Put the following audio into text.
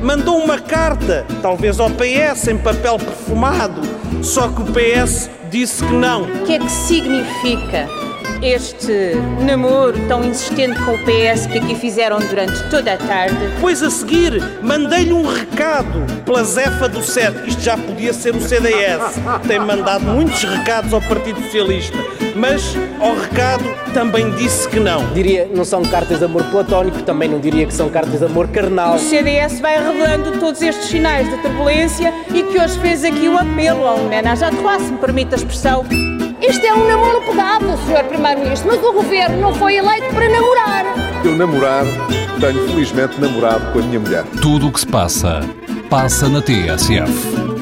mandou uma carta, talvez ao PS, em papel perfumado. Só que o PS disse que não. O que é que significa este namoro tão insistente com o PS que aqui fizeram durante toda a tarde? Pois a seguir, mandei-lhe um recado pela Zefa do SED. Isto já podia ser o CDS. Tem mandado muitos recados ao Partido Socialista. Mas, ao recado, também disse que não. Diria, não são cartas de amor platónico, também não diria que são cartas de amor carnal. O CDS vai revelando todos estes sinais de turbulência e que hoje fez aqui o apelo a um ménage à trois, se me permite a expressão. Isto é um namoro pegado, Sr. Primeiro-Ministro, mas o Governo não foi eleito para namorar. Eu namorar, tenho felizmente namorado com a minha mulher. Tudo o que se passa, passa na TSF.